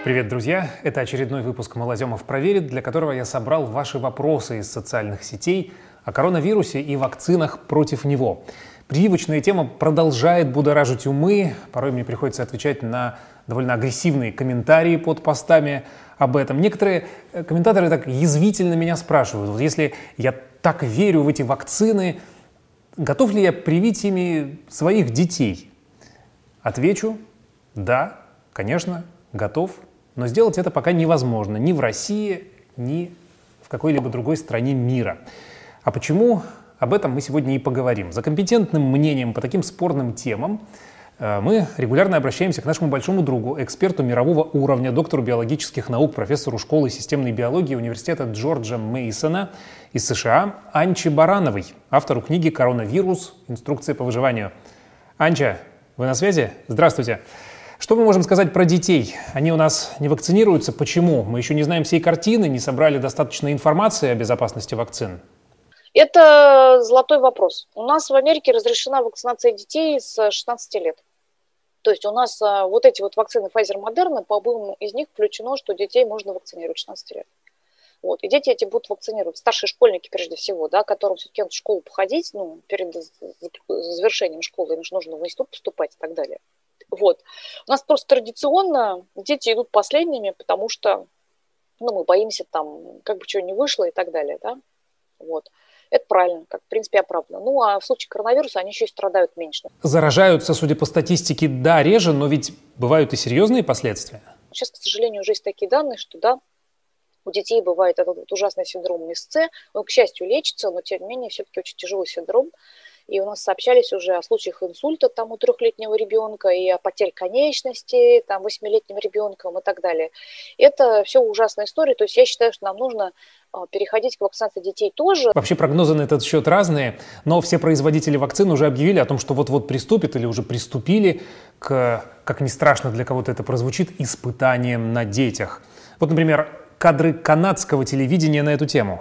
Привет, друзья! Это очередной выпуск «Малоземов проверит», для которого я собрал ваши вопросы из социальных сетей о коронавирусе и вакцинах против него. Прививочная тема продолжает будоражить умы. Порой мне приходится отвечать на довольно агрессивные комментарии под постами об этом. Некоторые комментаторы так язвительно меня спрашивают: вот если я так верю в эти вакцины, готов ли я привить ими своих детей? Отвечу: да, конечно, готов. Но сделать это пока невозможно ни в России, ни в какой-либо другой стране мира. А почему? Об этом мы сегодня и поговорим. За компетентным мнением по таким спорным темам мы регулярно обращаемся к нашему большому другу, эксперту мирового уровня, доктору биологических наук, профессору школы системной биологии университета Джорджа Мейсона из США Анче Барановой, автору книги «Коронавирус. Инструкция по выживанию». Анча, вы на связи? Здравствуйте. Что мы можем сказать про детей? Они у нас не вакцинируются. Почему? Мы еще не знаем всей картины, не собрали достаточно информации о безопасности вакцин. Это золотой вопрос. У нас в Америке разрешена вакцинация детей с 16 лет. То есть у нас вот эти вот вакцины Pfizer, Moderna, по обоим из них включено, что детей можно вакцинировать 16 лет. Вот. И дети эти будут вакцинировать. Старшие школьники, прежде всего, да, которым все-таки надо в школу походить, перед завершением школы им же нужно в институт поступать и так далее. Вот. У нас просто традиционно дети идут последними, потому что мы боимся там, как бы чего не вышло и так далее. Да? Вот. Это правильно, как в принципе оправдано. Ну а в случае коронавируса они еще и страдают меньше. Заражаются, судя по статистике, да, реже, но ведь бывают и серьезные последствия. Сейчас, к сожалению, уже есть такие данные, что да, у детей бывает этот вот ужасный синдром МСЦ. Он, к счастью, лечится, но тем не менее все-таки очень тяжелый синдром. И у нас сообщались уже о случаях инсульта там, у 3-летнего ребенка и о потере конечностей там, 8-летним ребенком и так далее. Это все ужасная история. То есть я считаю, что нам нужно переходить к вакцинации детей тоже. Вообще прогнозы на этот счет разные, но все производители вакцин уже объявили о том, что вот-вот приступят или уже приступили к, как ни страшно для кого-то это прозвучит, испытаниям на детях. Вот, например, кадры канадского телевидения на эту тему.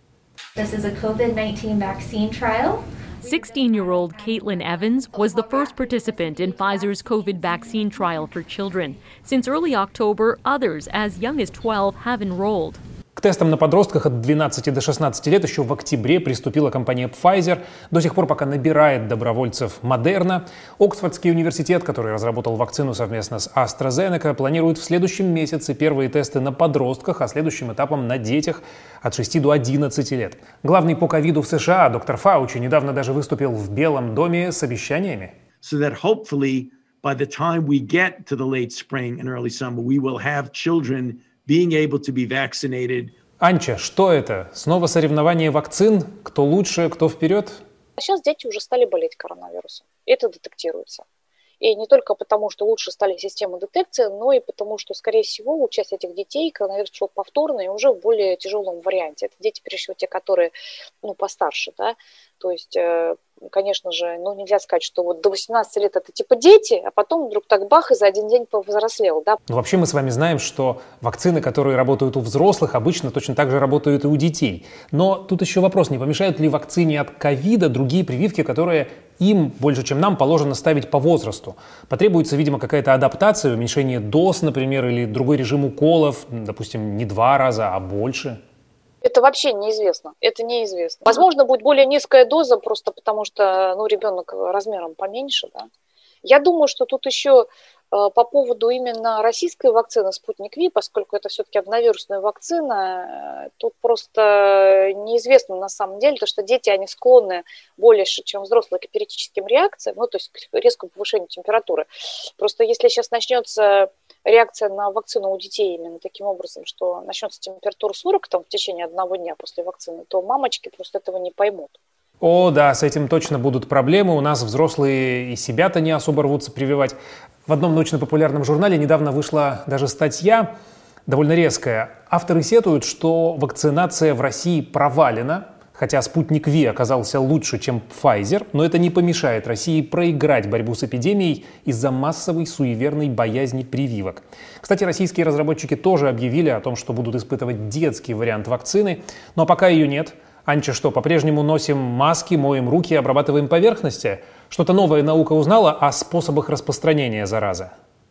This is a COVID-19 vaccine trial. 16-year-old Caitlin Evans was the first participant in Pfizer's COVID vaccine trial for children. Since early October, others as young as 12 have enrolled. К тестам на подростках от 12 до 16 лет еще в октябре приступила компания Pfizer. До сих пор пока набирает добровольцев Moderna. Оксфордский университет, который разработал вакцину совместно с AstraZeneca, планирует в следующем месяце первые тесты на подростках, а следующим этапом на детях от 6 до 11 лет. Главный по ковиду в США, доктор Фаучи, недавно даже выступил в Белом доме с обещаниями. So that hopefully by the time we get to the late spring and early summer, we will have children being able to be vaccinated. Анча, что это? Снова соревнование вакцин? Кто лучше, кто вперед? Сейчас дети уже стали болеть коронавирусом. Это детектируется. И не только потому, что лучше стали системы детекции, но и потому, что, скорее всего, у части этих детей коронавирус шел повторно и уже в более тяжелом варианте. Это дети, прежде всего, те, которые постарше, да. То есть, конечно же, нельзя сказать, что вот до 18 лет это типа дети, а потом вдруг так бах и за один день повзрослел, да. Но вообще мы с вами знаем, что вакцины, которые работают у взрослых, обычно точно так же работают и у детей. Но тут еще вопрос, не помешают ли вакцине от ковида другие прививки, которые им больше, чем нам, положено ставить по возрасту? Потребуется, видимо, какая-то адаптация, уменьшение доз, например, или другой режим уколов, допустим, не 2 раза, а больше. Это вообще неизвестно. Это неизвестно. Возможно, будет более низкая доза, просто потому что ребенок размером поменьше. Да? Я думаю, что тут еще по поводу именно российской вакцины «Спутник Ви», поскольку это все-таки одновирусная вакцина, тут просто неизвестно на самом деле, потому что дети, они склонны более, чем взрослые, к эпилептическим реакциям, то есть к резкому повышению температуры. Просто если сейчас начнется реакция на вакцину у детей именно таким образом, что начнется температура 40 в течение 1 дня после вакцины, то мамочки просто этого не поймут. О, да, с этим точно будут проблемы. У нас взрослые и себя-то не особо рвутся прививать. В одном научно-популярном журнале недавно вышла даже статья, довольно резкая. Авторы сетуют, что вакцинация в России провалена, хотя «Спутник Ви» оказался лучше, чем Pfizer, но это не помешает России проиграть борьбу с эпидемией из-за массовой суеверной боязни прививок. Кстати, российские разработчики тоже объявили о том, что будут испытывать детский вариант вакцины, но пока ее нет. Анча, что, по-прежнему носим маски, моем руки, обрабатываем поверхности? Что-то новая наука узнала о способах распространения заразы?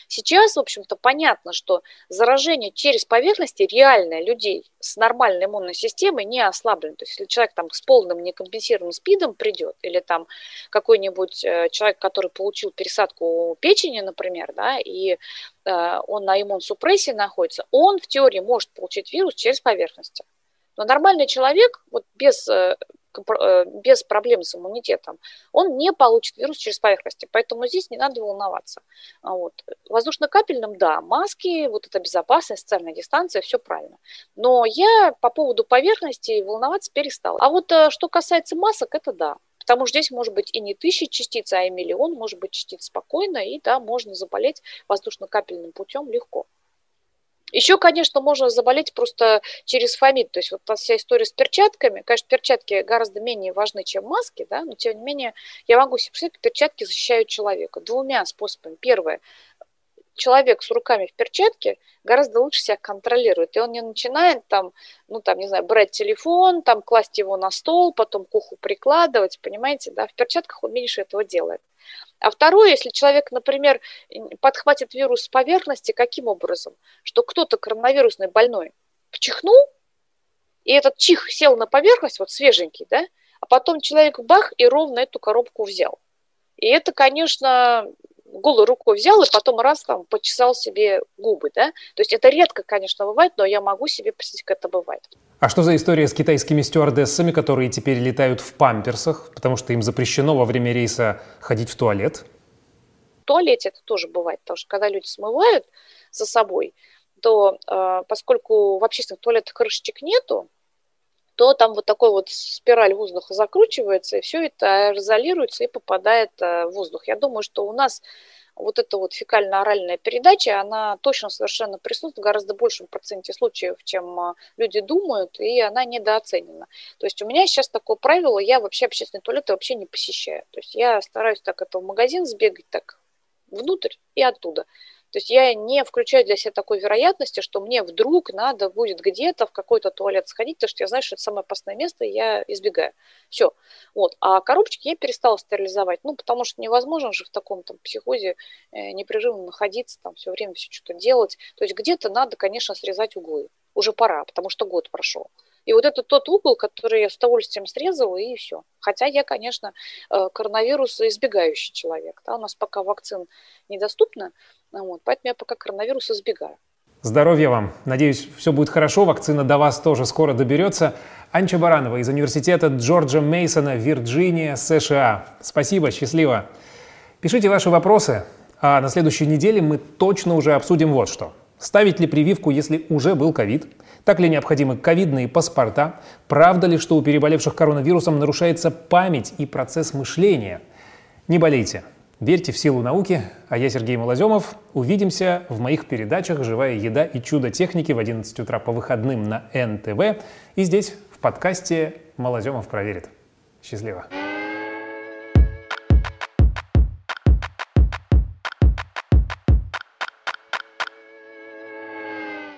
Сейчас, в общем-то, понятно, что заражение через поверхности реальное людей с нормальной иммунной системой не ослаблено. То есть если человек там с полным некомпенсированным СПИДом придет, или там какой-нибудь человек, который получил пересадку печени, например, да, и он на иммунсупрессии находится, он в теории может получить вирус через поверхности. Но нормальный человек, вот без проблем с иммунитетом, он не получит вирус через поверхности. Поэтому здесь не надо волноваться. Вот. Воздушно-капельным, да, маски, вот эта безопасность, социальная дистанция, все правильно. Но я по поводу поверхности волноваться перестала. А вот что касается масок, это да. Потому что здесь может быть и не 1000 частиц, а и миллион, может быть частиц спокойно, и да, можно заболеть воздушно-капельным путем легко. Еще, конечно, можно заболеть просто через фомит. То есть вот вся история с перчатками. Конечно, перчатки гораздо менее важны, чем маски, да, но тем не менее я могу себе представить, что перчатки защищают человека двумя способами. Первое. Человек с руками в перчатке гораздо лучше себя контролирует. И он не начинает там, не знаю, брать телефон, там класть его на стол, потом к уху прикладывать, понимаете, да, в перчатках он меньше этого делает. А второе, если человек, например, подхватит вирус с поверхности, каким образом? Что кто-то коронавирусный больной чихнул, и этот чих сел на поверхность, вот свеженький, да, а потом человек бах и ровно эту коробку взял. И это, конечно, голой рукой взял и потом раз там почесал себе губы, да. То есть это редко, конечно, бывает, но я могу себе представить, как это бывает. А что за история с китайскими стюардессами, которые теперь летают в памперсах, потому что им запрещено во время рейса ходить в туалет? В туалете это тоже бывает, потому что когда люди смывают за собой, то поскольку в общественных туалетах крышечек нету, то там вот такой вот спираль воздуха закручивается, и все это аэрозолируется и попадает в воздух. Я думаю, что у нас вот эта вот фекально-оральная передача, она точно совершенно присутствует в гораздо большем проценте случаев, чем люди думают, и она недооценена. То есть у меня сейчас такое правило, я вообще общественные туалеты вообще не посещаю. То есть я стараюсь так это в магазин сбегать, так внутрь и оттуда. То есть я не включаю для себя такой вероятности, что мне вдруг надо будет где-то в какой-то туалет сходить, потому что я знаю, что это самое опасное место, и я избегаю. Все. Вот. А коробочки я перестала стерилизовать, потому что невозможно же в таком там психозе непрерывно находиться, там все время все что-то делать. То есть где-то надо, конечно, срезать углы. Уже пора, потому что год прошел. И вот это тот угол, который я с удовольствием срезала, и все. Хотя я, конечно, коронавирус избегающий человек. Да? У нас пока вакцин недоступно, поэтому я пока коронавирус избегаю. Здоровья вам. Надеюсь, все будет хорошо. Вакцина до вас тоже скоро доберется. Анча Баранова из университета Джорджа Мейсона, Вирджиния, США. Спасибо, счастливо. Пишите ваши вопросы, а на следующей неделе мы точно уже обсудим вот что. Ставить ли прививку, если уже был ковид? Так ли необходимы ковидные паспорта? Правда ли, что у переболевших коронавирусом нарушается память и процесс мышления? Не болейте. Верьте в силу науки. А я, Сергей Малоземов. Увидимся в моих передачах «Живая еда» и «Чудо техники» в 11 утра по выходным на НТВ и здесь, в подкасте «Малоземов проверит». Счастливо.